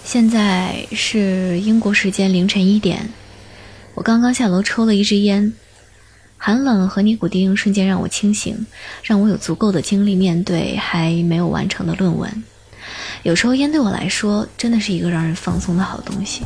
现在是英国时间凌晨1点，我刚刚下楼抽了一支烟，寒冷和尼古丁瞬间让我清醒，让我有足够的精力面对还没有完成的论文。有时候烟对我来说真的是一个让人放松的好东西。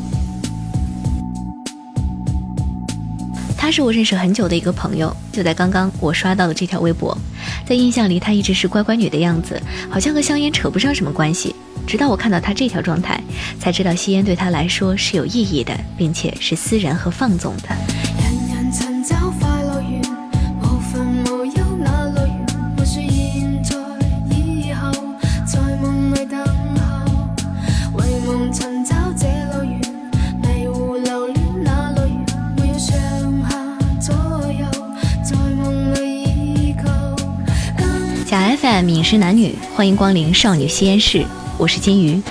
他是我认识很久的一个朋友，就在刚刚我刷到了这条微博，在印象里他一直是乖乖女的样子，好像和香烟扯不上什么关系，直到我看到他这条状态，才知道吸烟对他来说是有意义的，并且是私人和放纵的。 人人尋找快樂園，無煩無憂那樂園，或說現在以後，在夢裏等候，為夢尋找這樂園，迷糊留戀那樂園，沒有上下左右，在夢裏依靠。 小 FM 飲食男女，歡迎光臨少女吸煙室，我是金魚。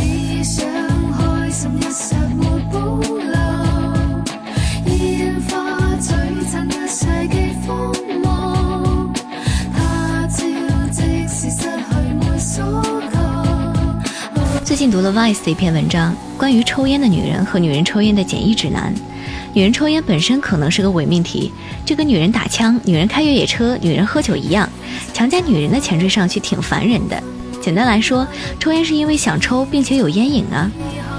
最近读了 Vice 的一篇文章，关于抽烟的女人和女人抽烟的简易指南。女人抽烟本身可能是个伪命题，这跟女人打枪、女人开越野车、女人喝酒一样，强加女人的前缀上去挺烦人的。简单来说，抽烟是因为想抽并且有烟瘾啊。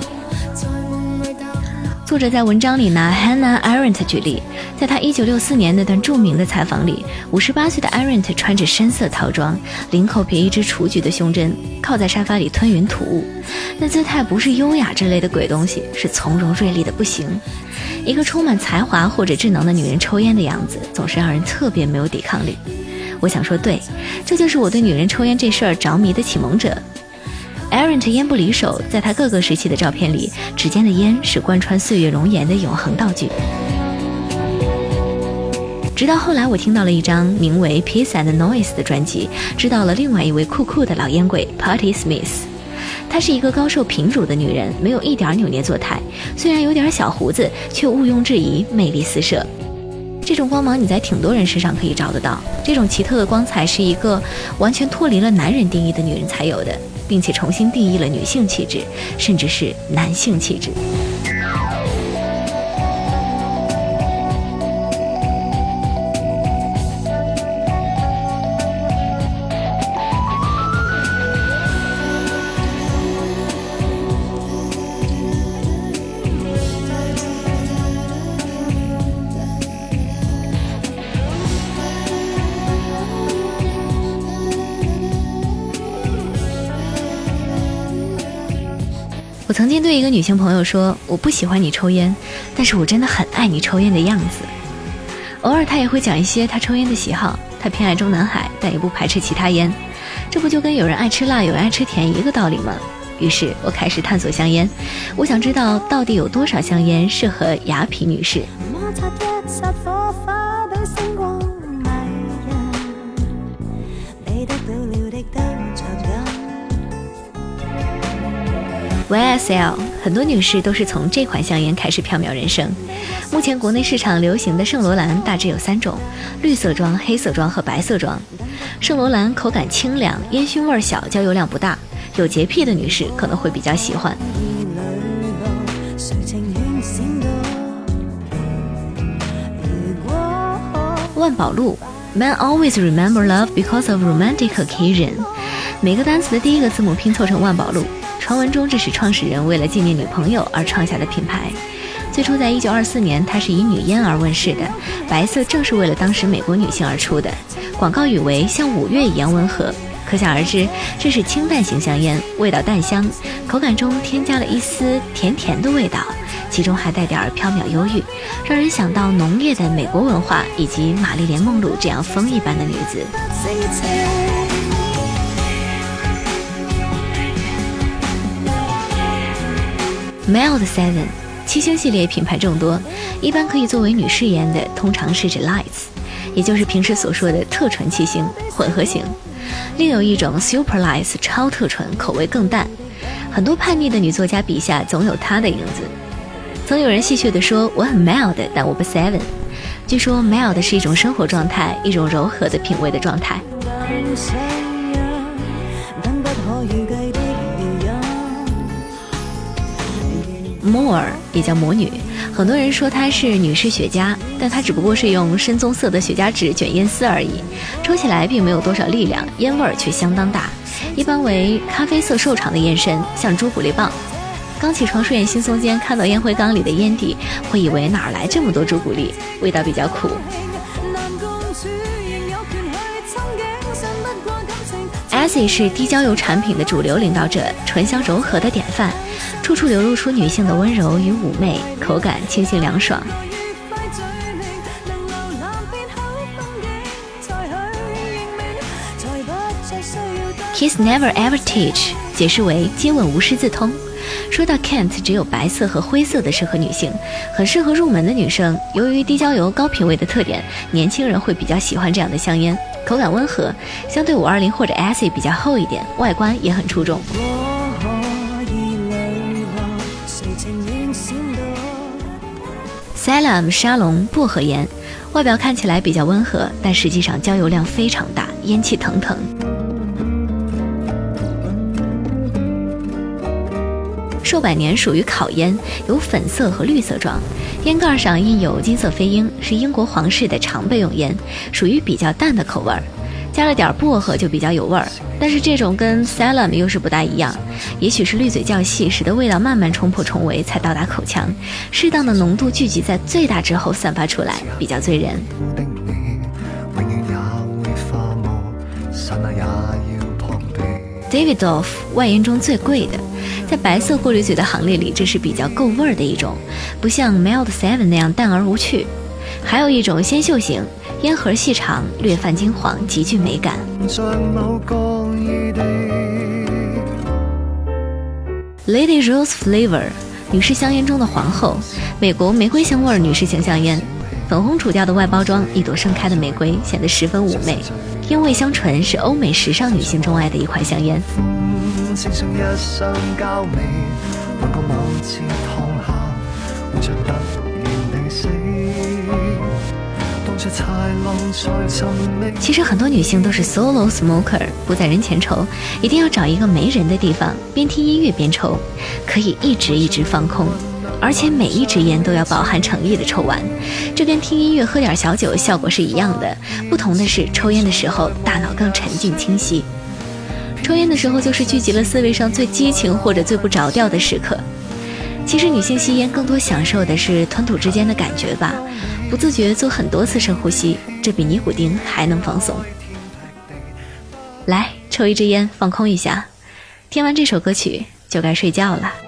作者在文章里拿 Hannah Arendt 举例，在她1964年那段著名的采访里，58岁的 Arendt 穿着深色套装，领口别一只雏菊的胸针，靠在沙发里吞云吐雾，那姿态不是优雅之类的鬼东西，是从容锐利的不行。一个充满才华或者智能的女人抽烟的样子，总是让人特别没有抵抗力。我想说，对，这就是我对女人抽烟这事儿着迷的启蒙者。Arendt 烟不离手，在她各个时期的照片里，指尖的烟是贯穿岁月容颜的永恒道具。直到后来我听到了一张名为 Peace and Noise 的专辑，知道了另外一位酷酷的老烟鬼 Patti Smith。她是一个高瘦平乳的女人，没有一点扭捏作态，虽然有点小胡子，却毋庸置疑魅力四射。这种光芒你在挺多人身上可以找得到，这种奇特的光彩是一个完全脱离了男人定义的女人才有的，并且重新定义了女性气质，甚至是男性气质。我曾经对一个女性朋友说，我不喜欢你抽烟，但是我真的很爱你抽烟的样子。偶尔她也会讲一些她抽烟的喜好，她偏爱中南海，但也不排斥其他烟。这不就跟有人爱吃辣，有人爱吃甜一个道理吗？于是我开始探索香烟，我想知道到底有多少香烟适合雅痞女士。YSL 很多女士都是从这款香烟开始缥缈人生。目前国内市场流行的圣罗兰大致有3种，绿色装、黑色装和白色装。圣罗兰口感清凉，烟熏味小，焦油量不大，有洁癖的女士可能会比较喜欢。万宝路 Men always remember love because of romantic occasion， 每个单词的第一个字母拼凑成万宝路。传闻中这是创始人为了纪念女朋友而创下的品牌。最初在1924年，它是以女烟而问世的，白色正是为了当时美国女性而出的，广告语为像5月一样温和。可想而知，这是清淡型香烟，味道淡香，口感中添加了一丝甜甜的味道，其中还带点飘渺忧郁，让人想到浓烈的美国文化以及玛丽莲梦露这样风一般的女子。Mild Seven 7星系列品牌众多，一般可以作为女士烟的通常是指 Lights， 也就是平时所说的特纯7星混合型。另有一种 Super Lights 超特纯，口味更淡，很多叛逆的女作家笔下总有她的影子。曾有人戏谑地说，我很 mild， 但我不 seven。据说 mild 是一种生活状态，一种柔和的品味的状态。 Moore， 也叫魔女。很多人说她是女士雪茄，但她只不过是用深棕色的雪茄纸卷烟丝而已，抽起来并没有多少力量，烟味却相当大，一般为咖啡色瘦长的烟身，像朱古力棒。刚起床睡眼惺忪间看到烟灰缸里的烟蒂，会以为哪来这么多朱古力，味道比较苦。Essie 是低焦油产品的主流领导者，醇香柔和的典范，处处流露出女性的温柔与妩媚，口感清新凉爽。Kiss never ever teach 解释为接吻无师自通。说到 Kent 只有白色和灰色的适合女性，很适合入门的女生。由于低焦油高品位的特点，年轻人会比较喜欢这样的香烟，口感温和，相对520或者 Essie 比较厚一点，外观也很出众。Salem 沙龙薄荷烟，外表看起来比较温和，但实际上焦油量非常大，烟气腾腾。寿百年属于烤烟，有粉色和绿色状，烟盖上印有金色飞鹰，是英国皇室的常备用烟，属于比较淡的口味儿，加了点薄荷就比较有味儿。但是这种跟 Salem 又是不大一样，也许是滤嘴较细，使得味道慢慢冲破重围才到达口腔，适当的浓度聚集在最大之后散发出来，比较醉人。Davidoff 外烟中最贵的，在白色过滤嘴的行列里，这是比较够味儿的一种，不像 Mild 7那样淡而无趣。还有一种鲜秀型，烟盒细长，略泛金黄，极具美感。Lady Rose Flavor 女士香烟中的皇后，美国玫瑰香味女士型香烟，粉红主调的外包装，一朵盛开的玫瑰，显得十分妩媚。烟味香醇，是欧美时尚女性钟爱的一款香烟。其实很多女性都是 solo smoker， 不在人前抽，一定要找一个没人的地方，边听音乐边抽，可以一直放空，而且每一支烟都要饱含诚意的抽完。这跟听音乐喝点小酒效果是一样的，不同的是抽烟的时候大脑更沉静清晰。抽烟的时候就是聚集了思维上最激情或者最不着调的时刻。其实女性吸烟更多享受的是吞吐之间的感觉吧，不自觉做很多次深呼吸，这比尼古丁还能放松。来，抽一支烟放空一下，听完这首歌曲就该睡觉了。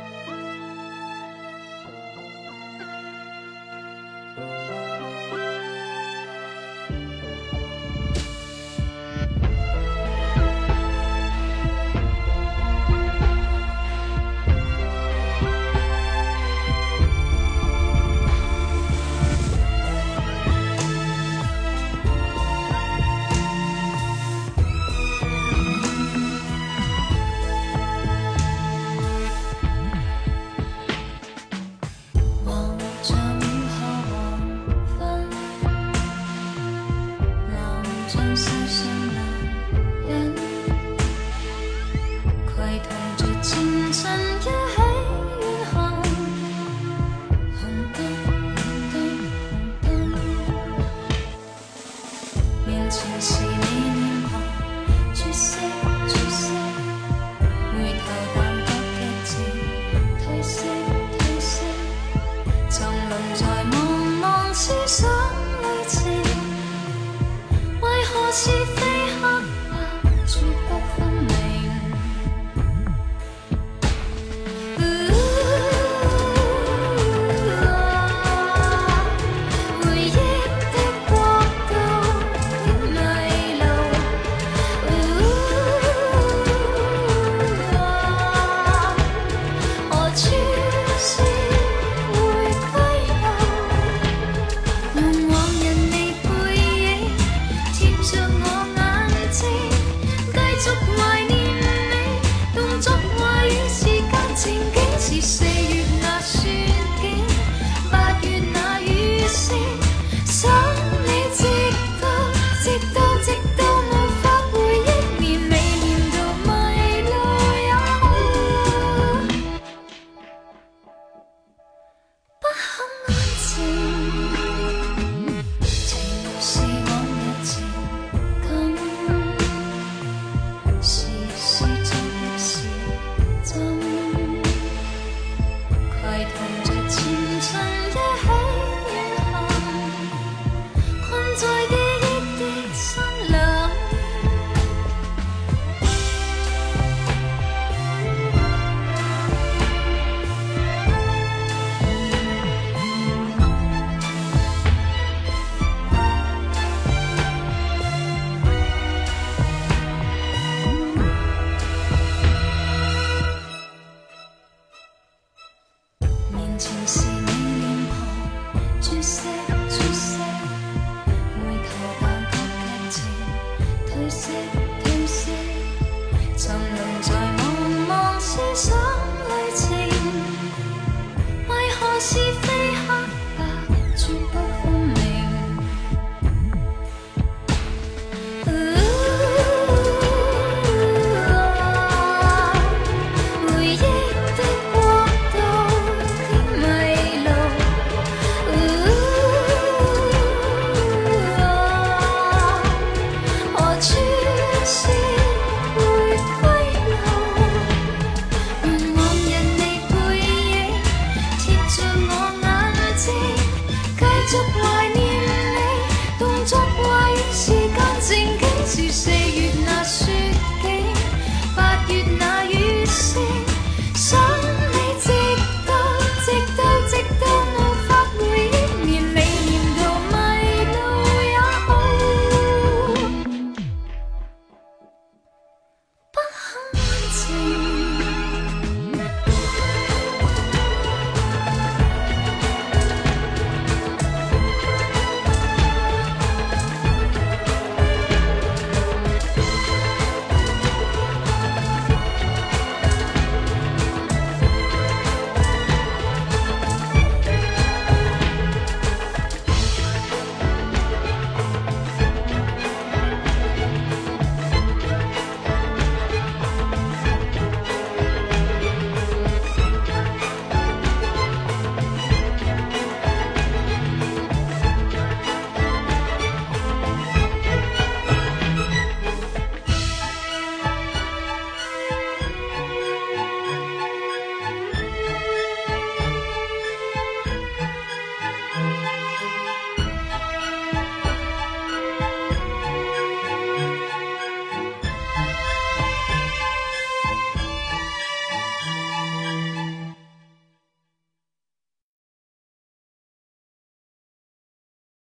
前事。